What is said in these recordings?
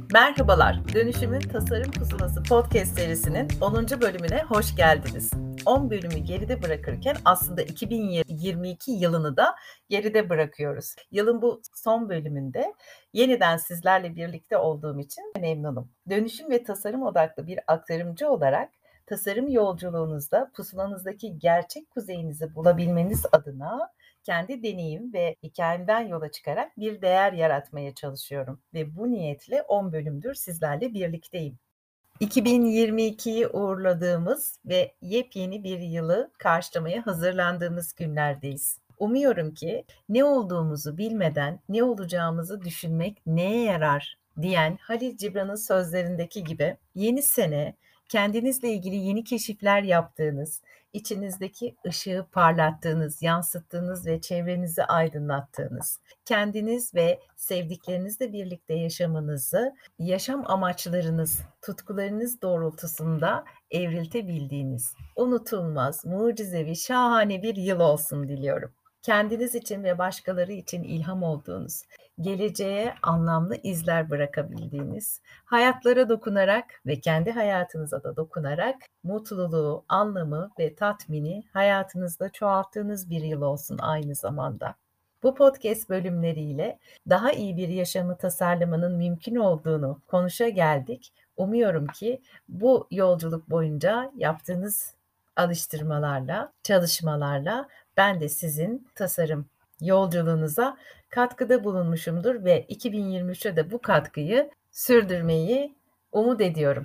Merhabalar, Dönüşümün Tasarım Pusulası podcast serisinin 10. bölümüne hoş geldiniz. 10 bölümü geride bırakırken aslında 2022 yılını da geride bırakıyoruz. Yılın bu son bölümünde yeniden sizlerle birlikte olduğum için memnunum. Dönüşüm ve tasarım odaklı bir aktarımcı olarak tasarım yolculuğunuzda pusulanızdaki gerçek kuzeyinizi bulabilmeniz adına kendi deneyim ve hikâyemden yola çıkarak bir değer yaratmaya çalışıyorum ve bu niyetle 10 bölümdür sizlerle birlikteyim. 2022'yi uğurladığımız ve yepyeni bir yılı karşılamaya hazırlandığımız günlerdeyiz. Umuyorum ki ne olduğumuzu bilmeden ne olacağımızı düşünmek neye yarar diyen Halil Cibran'ın sözlerindeki gibi yeni sene kendinizle ilgili yeni keşifler yaptığınız, içinizdeki ışığı parlattığınız, yansıttığınız ve çevrenizi aydınlattığınız, kendiniz ve sevdiklerinizle birlikte yaşamanızı, yaşam amaçlarınız, tutkularınız doğrultusunda evriltebildiğiniz, unutulmaz, mucizevi, şahane bir yıl olsun diliyorum. Kendiniz için ve başkaları için ilham olduğunuz, geleceğe anlamlı izler bırakabildiğiniz, hayatlara dokunarak ve kendi hayatınıza da dokunarak mutluluğu, anlamı ve tatmini hayatınızda çoğalttığınız bir yıl olsun aynı zamanda. Bu podcast bölümleriyle daha iyi bir yaşamı tasarlamanın mümkün olduğunu konuşa geldik. Umuyorum ki bu yolculuk boyunca yaptığınız alıştırmalarla, çalışmalarla ben de sizin tasarım yolculuğunuza katkıda bulunmuşumdur ve 2023'te de bu katkıyı sürdürmeyi umut ediyorum.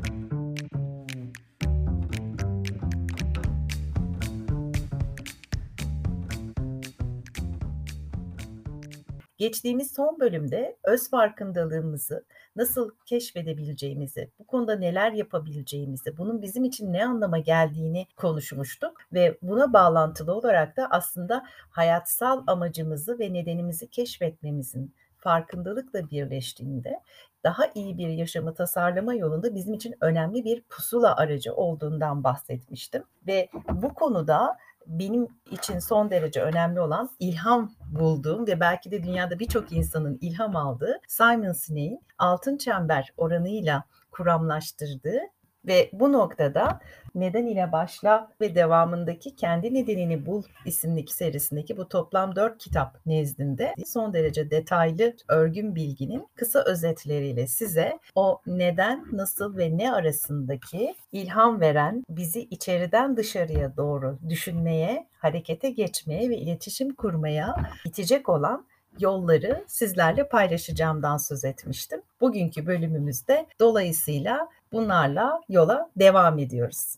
Geçtiğimiz son bölümde öz farkındalığımızı nasıl keşfedebileceğimizi, bu konuda neler yapabileceğimizi, bunun bizim için ne anlama geldiğini konuşmuştuk ve buna bağlantılı olarak da aslında hayatsal amacımızı ve nedenimizi keşfetmemizin farkındalıkla birleştiğinde daha iyi bir yaşamı tasarlama yolunda bizim için önemli bir pusula aracı olduğundan bahsetmiştim ve bu konuda benim için son derece önemli olan ilham bulduğum ve belki de dünyada birçok insanın ilham aldığı Simon Sinek'in altın çember oranıyla kuramlaştırdığı ve bu noktada Neden ile Başla ve devamındaki Kendi Nedenini Bul isimli serisindeki bu toplam 4 kitap nezdinde son derece detaylı örgün bilginin kısa özetleriyle size o neden, nasıl ve ne arasındaki ilham veren, bizi içeriden dışarıya doğru düşünmeye, harekete geçmeye ve iletişim kurmaya itecek olan yolları sizlerle paylaşacağımdan söz etmiştim. Bugünkü bölümümüzde dolayısıyla bunlarla yola devam ediyoruz.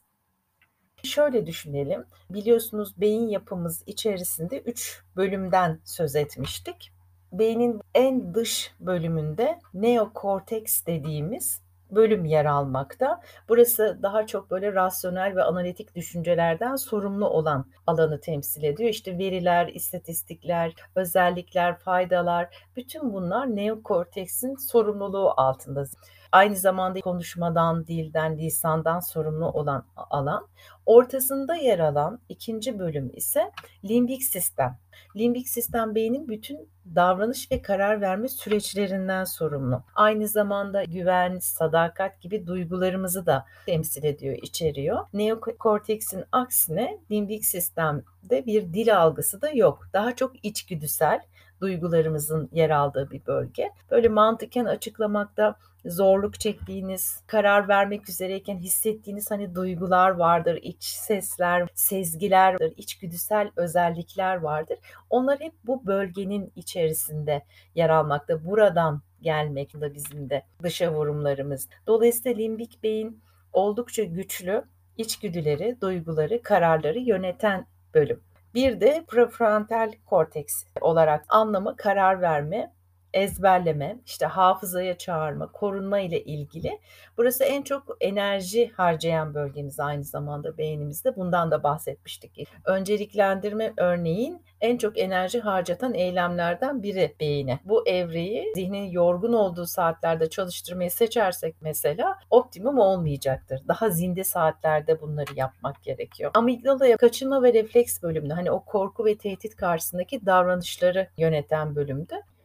Şöyle düşünelim, biliyorsunuz beyin yapımız içerisinde 3 bölümden söz etmiştik. Beynin en dış bölümünde neokorteks dediğimiz bölüm yer almakta. Burası daha çok böyle rasyonel ve analitik düşüncelerden sorumlu olan alanı temsil ediyor. İşte veriler, istatistikler, özellikler, faydalar, bütün bunlar neokorteksin sorumluluğu altında. Aynı zamanda konuşmadan, dilden, lisandan sorumlu olan alan. Ortasında yer alan ikinci bölüm ise limbik sistem. Limbik sistem beynin bütün davranış ve karar verme süreçlerinden sorumlu. Aynı zamanda güven, sadakat gibi duygularımızı da temsil ediyor, içeriyor. Neokorteksin aksine limbik sistemde bir dil algısı da yok. Daha çok içgüdüsel duygularımızın yer aldığı bir bölge. Böyle mantıken açıklamakta zorluk çektiğiniz, karar vermek üzereyken hissettiğiniz hani duygular vardır, iç sesler, sezgiler vardır, içgüdüsel özellikler vardır. Onlar hep bu bölgenin içerisinde yer almakta. Buradan gelmekte bizim de dışa vurumlarımız. Dolayısıyla limbik beyin oldukça güçlü içgüdüleri, duyguları, kararları yöneten bölüm. Bir de prefrontal korteks olarak anlama, karar verme, ezberleme, işte hafızaya çağırma, korunma ile ilgili. Burası en çok enerji harcayan bölgemiz aynı zamanda beynimizde. Bundan da bahsetmiştik. Önceliklendirme örneğin en çok enerji harcatan eylemlerden biri beyine. Bu evreyi zihnin yorgun olduğu saatlerde çalıştırmayı seçersek mesela optimum olmayacaktır. Daha zinde saatlerde bunları yapmak gerekiyor. Amigdala kaçınma ve refleks bölümünde hani o korku ve tehdit karşısındaki davranışları yöneten bölümde.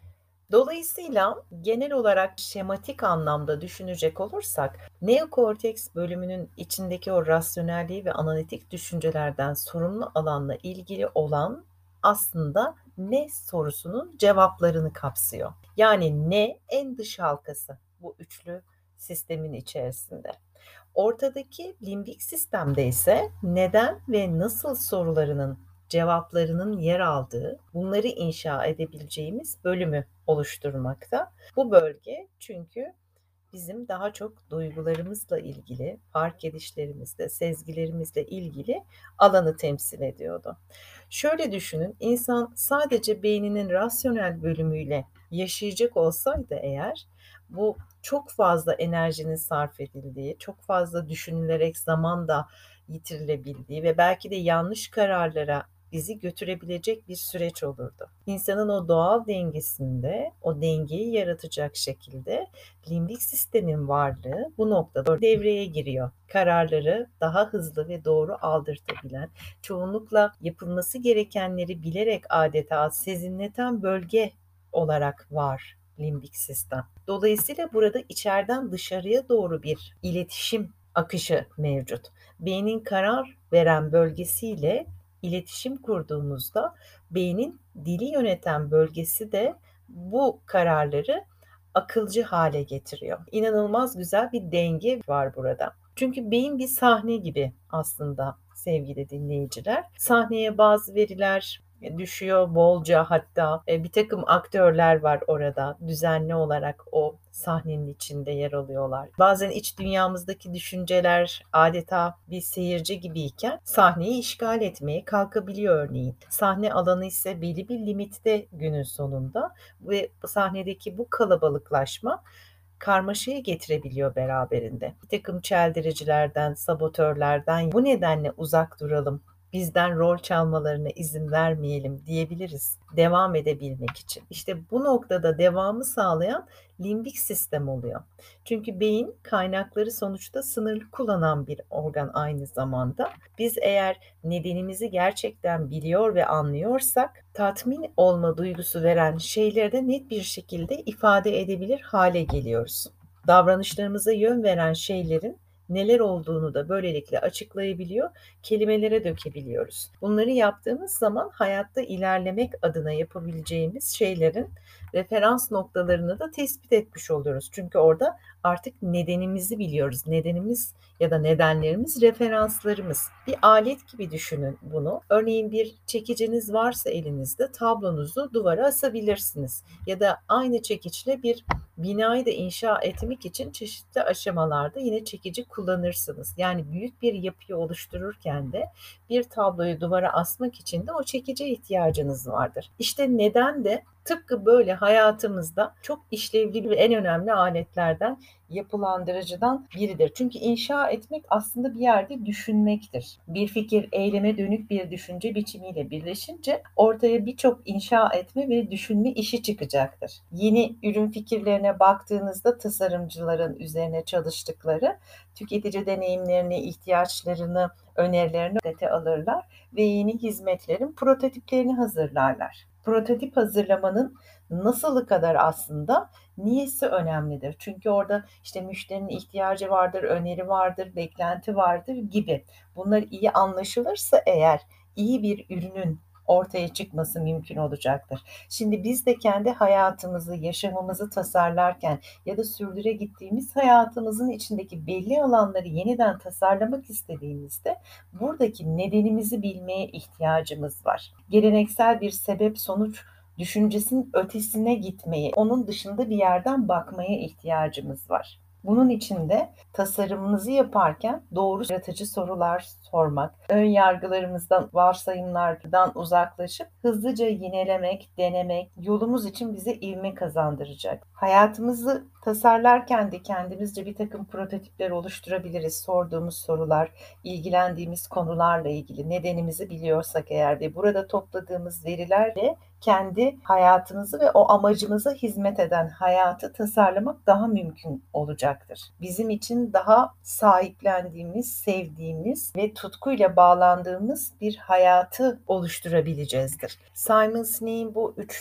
Dolayısıyla genel olarak şematik anlamda düşünecek olursak, neokorteks bölümünün içindeki o rasyonelliği ve analitik düşüncelerden sorumlu alanla ilgili olan aslında ne sorusunun cevaplarını kapsıyor. Yani ne en dış halkası bu üçlü sistemin içerisinde. Ortadaki limbik sistemde ise neden ve nasıl sorularının cevaplarının yer aldığı, bunları inşa edebileceğimiz bölümü oluşturmakta. Bu bölge çünkü bizim daha çok duygularımızla ilgili, fark edişlerimizle, sezgilerimizle ilgili alanı temsil ediyordu. Şöyle düşünün, insan sadece beyninin rasyonel bölümüyle yaşayacak olsaydı eğer, bu çok fazla enerjinin sarf edildiği, çok fazla düşünülerek zaman da yitirilebildiği ve belki de yanlış kararlara bizi götürebilecek bir süreç olurdu. İnsanın o doğal dengesinde, o dengeyi yaratacak şekilde limbik sistemin varlığı bu noktada devreye giriyor. Kararları daha hızlı ve doğru aldırtabilen, çoğunlukla yapılması gerekenleri bilerek adeta sezinleten bölge olarak var limbik sistem. Dolayısıyla burada içeriden dışarıya doğru bir iletişim akışı mevcut. Beynin karar veren bölgesiyle iletişim kurduğumuzda beynin dili yöneten bölgesi de bu kararları akılcı hale getiriyor. İnanılmaz güzel bir denge var burada. Çünkü beyin bir sahne gibi aslında sevgili dinleyiciler. Sahneye bazı veriler düşüyor bolca, hatta bir takım aktörler var orada, düzenli olarak o sahnenin içinde yer alıyorlar. Bazen iç dünyamızdaki düşünceler adeta bir seyirci gibiyken sahneyi işgal etmeye kalkabiliyor örneğin. Sahne alanı ise belli bir limitte günün sonunda ve sahnedeki bu kalabalıklaşma karmaşayı getirebiliyor beraberinde. Bir takım çeldiricilerden, sabotörlerden bu nedenle uzak duralım, bizden rol çalmalarına izin vermeyelim diyebiliriz devam edebilmek için. İşte bu noktada devamı sağlayan limbik sistem oluyor. Çünkü beyin kaynakları sonuçta sınırlı kullanan bir organ aynı zamanda. Biz eğer nedenimizi gerçekten biliyor ve anlıyorsak, tatmin olma duygusu veren şeyleri de net bir şekilde ifade edebilir hale geliyoruz. Davranışlarımıza yön veren şeylerin neler olduğunu da böylelikle açıklayabiliyor, kelimelere dökebiliyoruz. Bunları yaptığımız zaman hayatta ilerlemek adına yapabileceğimiz şeylerin referans noktalarını da tespit etmiş oluyoruz. Çünkü orada artık nedenimizi biliyoruz. Nedenimiz ya da nedenlerimiz referanslarımız. Bir alet gibi düşünün bunu. Örneğin bir çekiciniz varsa elinizde, tablonuzu duvara asabilirsiniz. Ya da aynı çekiçle bir binayı da inşa etmek için çeşitli aşamalarda yine çekici kullanırsınız. Yani büyük bir yapıyı oluştururken de bir tabloyu duvara asmak için de o çekice ihtiyacınız vardır. İşte neden de tıpkı böyle hayatımızda çok işlevli ve en önemli aletlerden, yapılandırıcıdan biridir. Çünkü inşa etmek aslında bir yerde düşünmektir. Bir fikir eyleme dönük bir düşünce biçimiyle birleşince ortaya birçok inşa etme ve düşünme işi çıkacaktır. Yeni ürün fikirlerine baktığınızda tasarımcıların üzerine çalıştıkları, tüketici deneyimlerini, ihtiyaçlarını, önerilerini dikkate alırlar ve yeni hizmetlerin prototiplerini hazırlarlar. Prototip hazırlamanın nasılı kadar aslında niyesi önemlidir. Çünkü orada işte müşterinin ihtiyacı vardır, öneri vardır, beklenti vardır gibi. Bunlar iyi anlaşılırsa eğer iyi bir ürünün ortaya çıkması mümkün olacaktır. Şimdi biz de kendi hayatımızı, yaşamımızı tasarlarken ya da sürdüre gittiğimiz hayatımızın içindeki belli alanları yeniden tasarlamak istediğimizde buradaki nedenimizi bilmeye ihtiyacımız var. Geleneksel bir sebep sonuç düşüncesinin ötesine gitmeyi, onun dışında bir yerden bakmaya ihtiyacımız var. Bunun için de tasarımınızı yaparken doğru yaratıcı sorular sormak, ön yargılarımızdan, varsayımlardan uzaklaşıp hızlıca yinelemek, denemek yolumuz için bize ivme kazandıracak. Hayatımızı tasarlarken de kendimizce bir takım prototipler oluşturabiliriz. Sorduğumuz sorular, ilgilendiğimiz konularla ilgili nedenimizi biliyorsak eğer ve burada topladığımız verilerle kendi hayatımızı ve o amacımıza hizmet eden hayatı tasarlamak daha mümkün olacaktır. Bizim için daha sahiplendiğimiz, sevdiğimiz ve tutkuyla bağlandığımız bir hayatı oluşturabileceğizdir. Simon Sinek'in bu üçlü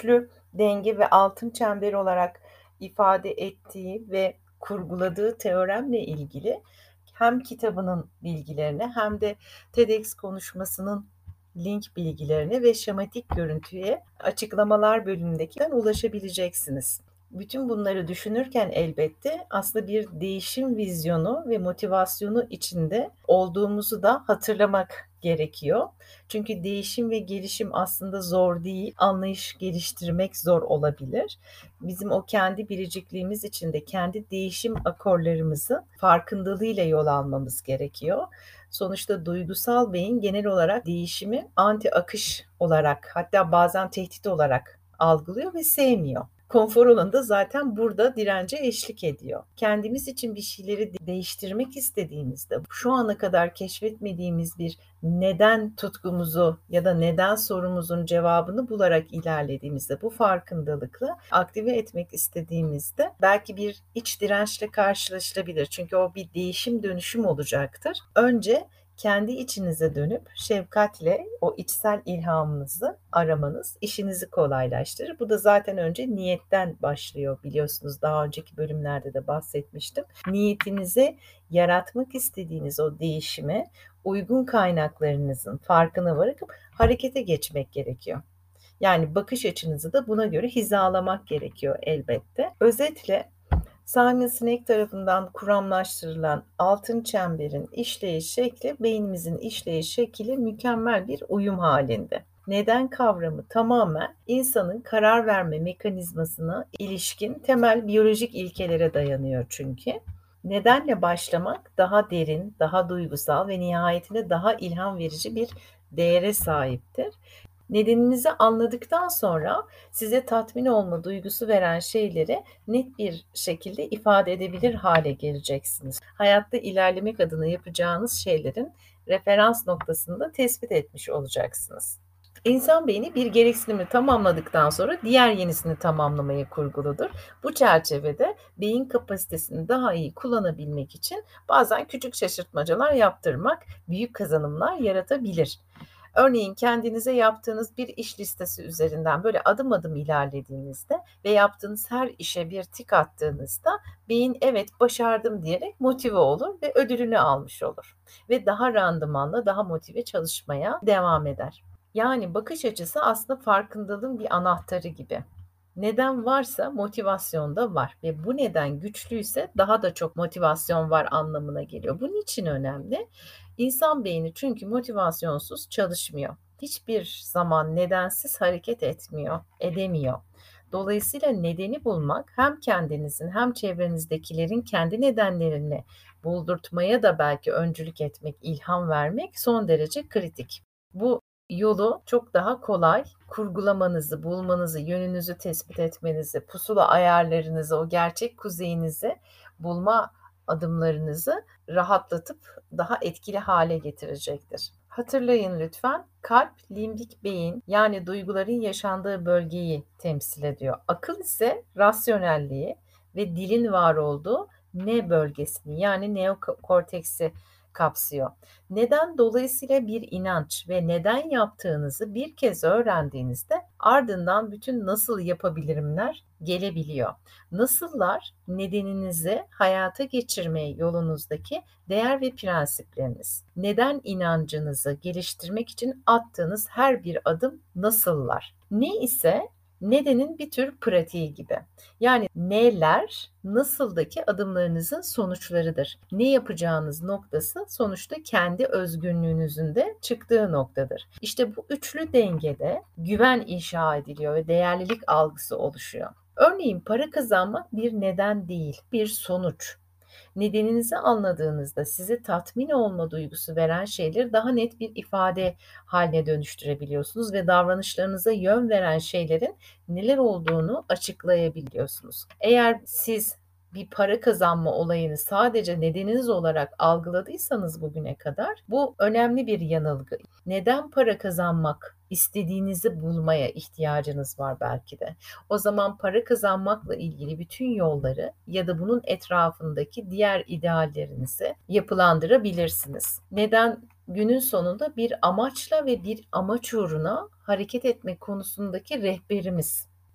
denge ve altın çember olarak ifade ettiği ve kurguladığı teoremle ilgili hem kitabının bilgilerini hem de TEDx konuşmasının link bilgilerine ve şematik görüntüye açıklamalar bölümündekinden ulaşabileceksiniz. Bütün bunları düşünürken elbette aslında bir değişim vizyonu ve motivasyonu içinde olduğumuzu da hatırlamak gerekiyor. Çünkü değişim ve gelişim aslında zor değil, anlayış geliştirmek zor olabilir. Bizim o kendi biricikliğimiz içinde kendi değişim akorlarımızı farkındalığıyla yol almamız gerekiyor. Sonuçta duygusal beyin genel olarak değişimi anti akış olarak, hatta bazen tehdit olarak algılıyor ve sevmiyor. Konfor alanı da zaten burada dirence eşlik ediyor. Kendimiz için bir şeyleri değiştirmek istediğimizde şu ana kadar keşfetmediğimiz bir neden tutkumuzu ya da neden sorumuzun cevabını bularak ilerlediğimizde, bu farkındalıkla aktive etmek istediğimizde belki bir iç dirençle karşılaşılabilir. Çünkü o bir değişim dönüşüm olacaktır. Önce kendi içinize dönüp şefkatle o içsel ilhamınızı aramanız işinizi kolaylaştırır. Bu da zaten önce niyetten başlıyor, biliyorsunuz, daha önceki bölümlerde de bahsetmiştim. Niyetinize yaratmak istediğiniz o değişime uygun kaynaklarınızın farkına varıp harekete geçmek gerekiyor. Yani bakış açınızı da buna göre hizalamak gerekiyor elbette. Özetle Simon Sinek tarafından kuramlaştırılan altın çemberin işleyiş şekli, beynimizin işleyiş şekli mükemmel bir uyum halinde. Neden kavramı tamamen insanın karar verme mekanizmasına ilişkin temel biyolojik ilkelere dayanıyor çünkü. Nedenle başlamak daha derin, daha duygusal ve nihayetinde daha ilham verici bir değere sahiptir. Nedeninizi anladıktan sonra size tatmin olma duygusu veren şeyleri net bir şekilde ifade edebilir hale geleceksiniz. Hayatta ilerlemek adına yapacağınız şeylerin referans noktasını da tespit etmiş olacaksınız. İnsan beyni bir gereksinimi tamamladıktan sonra diğer yenisini tamamlamaya kurguludur. Bu çerçevede beyin kapasitesini daha iyi kullanabilmek için bazen küçük şaşırtmacalar yaptırmak büyük kazanımlar yaratabilir. Örneğin kendinize yaptığınız bir iş listesi üzerinden böyle adım adım ilerlediğinizde ve yaptığınız her işe bir tik attığınızda beyin evet başardım diyerek motive olur ve ödülünü almış olur. Ve daha randımanlı, daha motive çalışmaya devam eder. Yani bakış açısı aslında farkındalığın bir anahtarı gibi. Neden varsa motivasyon da var ve bu neden güçlüyse daha da çok motivasyon var anlamına geliyor. Bunun için önemli. İnsan beyni çünkü motivasyonsuz çalışmıyor. Hiçbir zaman nedensiz hareket edemiyor. Dolayısıyla nedeni bulmak hem kendinizin hem çevrenizdekilerin kendi nedenlerini buldurtmaya da belki öncülük etmek, ilham vermek son derece kritik. Bu yolu çok daha kolay kurgulamanızı, bulmanızı, yönünüzü tespit etmenizi, pusula ayarlarınızı, o gerçek kuzeyinizi bulma adımlarınızı rahatlatıp daha etkili hale getirecektir. Hatırlayın lütfen, kalp limbik beyin yani duyguların yaşandığı bölgeyi temsil ediyor. Akıl ise rasyonelliği ve dilin var olduğu ne bölgesini yani neokorteksi kapsıyor. Neden dolayısıyla bir inanç ve neden yaptığınızı bir kez öğrendiğinizde ardından bütün nasıl yapabilirimler gelebiliyor. Nasıllar nedeninizi hayata geçirme yolunuzdaki değer ve prensipleriniz. Neden inancınızı geliştirmek için attığınız her bir adım nasıllar. Ne ise nedenin bir tür pratiği gibi. Yani neler nasıldaki adımlarınızın sonuçlarıdır. Ne yapacağınız noktası sonuçta kendi özgünlüğünüzün de çıktığı noktadır. İşte bu üçlü dengede güven inşa ediliyor ve değerlilik algısı oluşuyor. Örneğin para kazanmak bir neden değil, bir sonuç. Nedeninizi anladığınızda size tatmin olma duygusu veren şeyleri daha net bir ifade haline dönüştürebiliyorsunuz ve davranışlarınıza yön veren şeylerin neler olduğunu açıklayabiliyorsunuz. Eğer siz bir para kazanma olayını sadece nedeniniz olarak algıladıysanız bugüne kadar bu önemli bir yanılgı. Neden para kazanmak istediğinizi bulmaya ihtiyacınız var belki de. O zaman para kazanmakla ilgili bütün yolları ya da bunun etrafındaki diğer ideallerinizi yapılandırabilirsiniz. Neden? Günün sonunda bir amaçla ve bir amaç uğruna hareket etmek konusundaki rehberimiz.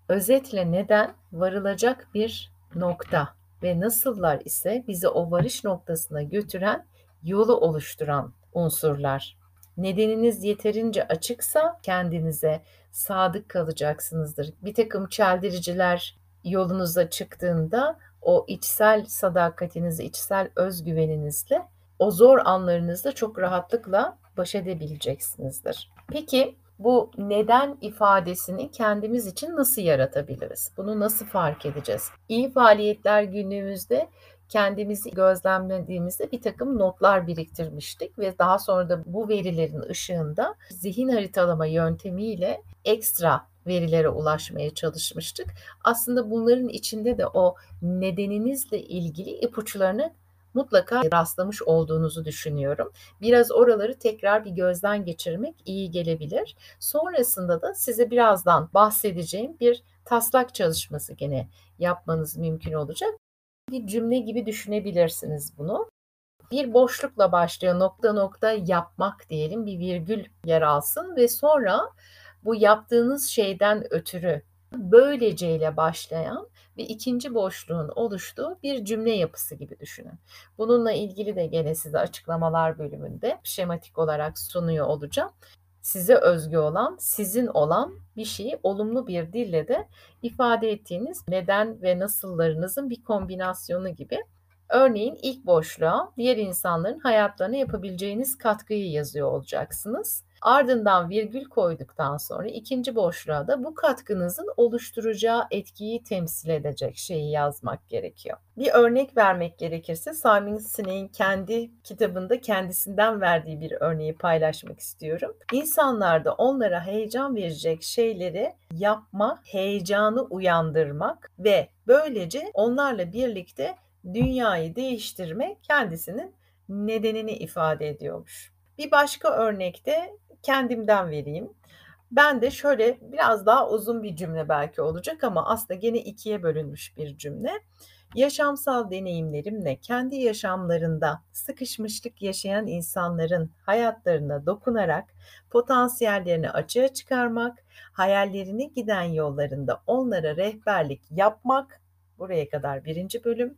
Özetle neden varılacak bir nokta ve nasıllar ise bizi o varış noktasına götüren, yolu oluşturan unsurlar. Nedeniniz yeterince açıksa kendinize sadık kalacaksınızdır. Birtakım çeldiriciler yolunuza çıktığında o içsel sadakatinizle, içsel özgüveninizle o zor anlarınızda çok rahatlıkla baş edebileceksinizdir. Peki bu neden ifadesini kendimiz için nasıl yaratabiliriz? Bunu nasıl fark edeceğiz? İyi faaliyetler günlüğümüzde kendimizi gözlemlediğimizde birtakım notlar biriktirmiştik ve daha sonra da bu verilerin ışığında zihin haritalama yöntemiyle ekstra verilere ulaşmaya çalışmıştık. Aslında bunların içinde de o nedeninizle ilgili ipuçlarını mutlaka rastlamış olduğunuzu düşünüyorum. Biraz oraları tekrar bir gözden geçirmek iyi gelebilir. Sonrasında da size birazdan bahsedeceğim bir taslak çalışması gene yapmanız mümkün olacak. Bir cümle gibi düşünebilirsiniz bunu. Bir boşlukla başlıyor, nokta nokta yapmak diyelim, bir virgül yer alsın ve sonra bu yaptığınız şeyden ötürü böyleceyle başlayan ve ikinci boşluğun oluştuğu bir cümle yapısı gibi düşünün. Bununla ilgili de gene size açıklamalar bölümünde şematik olarak sunuyor olacağım. Size özgü olan, sizin olan bir şeyi olumlu bir dille de ifade ettiğiniz neden ve nasıllarınızın bir kombinasyonu gibi. Örneğin ilk boşluğa diğer insanların hayatlarına yapabileceğiniz katkıyı yazıyor olacaksınız. Ardından virgül koyduktan sonra ikinci boşluğa da bu katkınızın oluşturacağı etkiyi temsil edecek şeyi yazmak gerekiyor. Bir örnek vermek gerekirse Simon Sinek'in kendi kitabında kendisinden verdiği bir örneği paylaşmak istiyorum. İnsanlarda onlara heyecan verecek şeyleri yapma, heyecanı uyandırmak ve böylece onlarla birlikte dünyayı değiştirmek kendisinin nedenini ifade ediyormuş. Bir başka örnekte kendimden vereyim. Ben de şöyle biraz daha uzun bir cümle belki olacak ama aslında gene ikiye bölünmüş bir cümle. Yaşamsal deneyimlerimle kendi yaşamlarında sıkışmışlık yaşayan insanların hayatlarına dokunarak potansiyellerini açığa çıkarmak, hayallerini giden yollarında onlara rehberlik yapmak, buraya kadar birinci bölüm.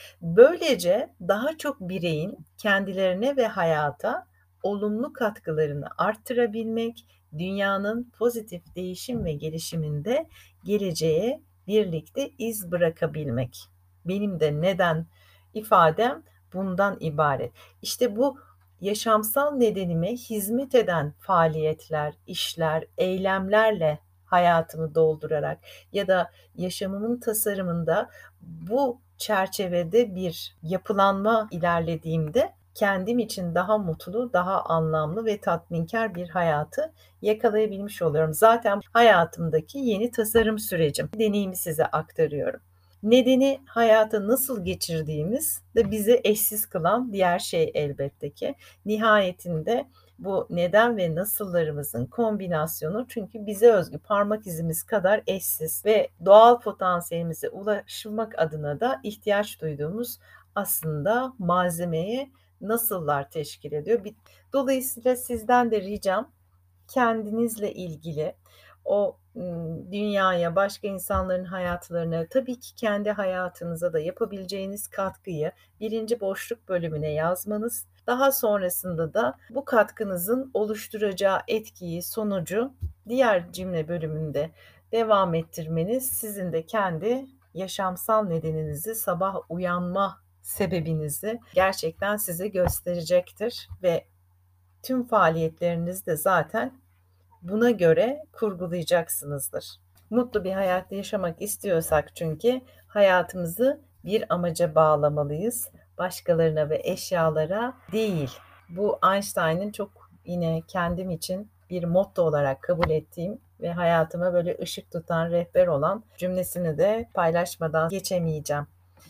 Böylece daha çok bireyin kendilerine ve hayata olumlu katkılarını arttırabilmek, dünyanın pozitif değişim ve gelişiminde geleceğe birlikte iz bırakabilmek. Benim de neden ifadem bundan ibaret. İşte bu yaşamsal nedenime hizmet eden faaliyetler, işler, eylemlerle hayatımı doldurarak ya da yaşamımın tasarımında bu çerçevede bir yapılanma ilerlediğimde kendim için daha mutlu, daha anlamlı ve tatminkar bir hayatı yakalayabilmiş oluyorum. Zaten hayatımdaki yeni tasarım sürecim, deneyimi size aktarıyorum. Nedeni hayata nasıl geçirdiğimiz de bizi eşsiz kılan diğer şey elbette ki. Nihayetinde bu neden ve nasıllarımızın kombinasyonu çünkü bize özgü parmak izimiz kadar eşsiz ve doğal potansiyelimize ulaşmak adına da ihtiyaç duyduğumuz aslında malzemeye nasıllar teşkil ediyor. Dolayısıyla sizden de ricam kendinizle ilgili o dünyaya, başka insanların hayatlarına, tabii ki kendi hayatınıza da yapabileceğiniz katkıyı birinci boşluk bölümüne yazmanız, daha sonrasında da bu katkınızın oluşturacağı etkiyi, sonucu diğer cümle bölümünde devam ettirmeniz sizin de kendi yaşamsal nedeninizi, sabah uyanma sebebinizi gerçekten size gösterecektir ve tüm faaliyetlerinizi de zaten buna göre kurgulayacaksınızdır. Mutlu bir hayat yaşamak istiyorsak çünkü hayatımızı bir amaca bağlamalıyız. Başkalarına ve eşyalara değil. Bu Einstein'ın çok yine kendim için bir motto olarak kabul ettiğim ve hayatıma böyle ışık tutan, rehber olan cümlesini de paylaşmadan geçemeyeceğim.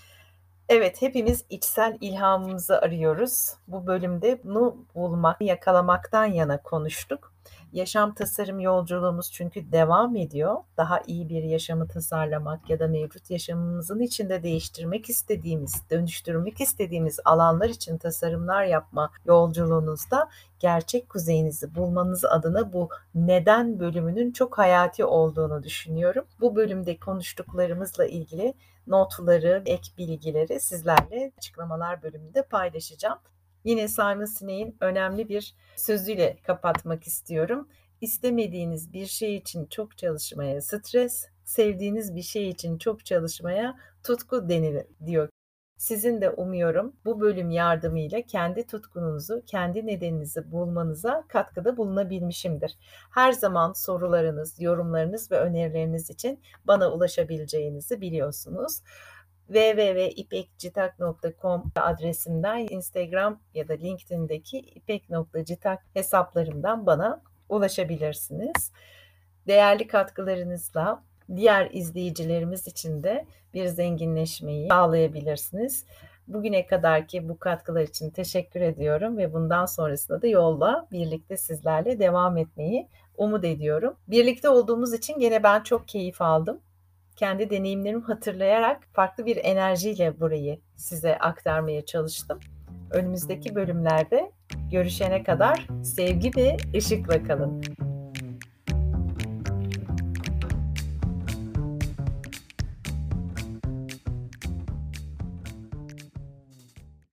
Evet, hepimiz içsel ilhamımızı arıyoruz. Bu bölümde bunu bulmak, yakalamaktan yana konuştuk. Yaşam tasarım yolculuğumuz çünkü devam ediyor. Daha iyi bir yaşamı tasarlamak ya da mevcut yaşamımızın içinde değiştirmek istediğimiz, dönüştürmek istediğimiz alanlar için tasarımlar yapma yolculuğunuzda gerçek kuzeyinizi bulmanız adına bu neden bölümünün çok hayati olduğunu düşünüyorum. Bu bölümde konuştuklarımızla ilgili notları, ek bilgileri sizlerle açıklamalar bölümünde paylaşacağım. Yine Simon Sinek'in önemli bir sözüyle kapatmak istiyorum. İstemediğiniz bir şey için çok çalışmaya stres, sevdiğiniz bir şey için çok çalışmaya tutku denir diyor. Sizin de umuyorum bu bölüm yardımıyla kendi tutkununuzu, kendi nedeninizi bulmanıza katkıda bulunabilmişimdir. Her zaman sorularınız, yorumlarınız ve önerileriniz için bana ulaşabileceğinizi biliyorsunuz. www.ipekcitak.com adresimden Instagram ya da LinkedIn'deki ipek.citak hesaplarımdan bana ulaşabilirsiniz. Değerli katkılarınızla diğer izleyicilerimiz için de bir zenginleşmeyi sağlayabilirsiniz. Bugüne kadarki bu katkılar için teşekkür ediyorum ve bundan sonrasında da yolla birlikte sizlerle devam etmeyi umut ediyorum. Birlikte olduğumuz için gene ben çok keyif aldım. Kendi deneyimlerimi hatırlayarak farklı bir enerjiyle burayı size aktarmaya çalıştım. Önümüzdeki bölümlerde görüşene kadar sevgi ve ışıkla kalın.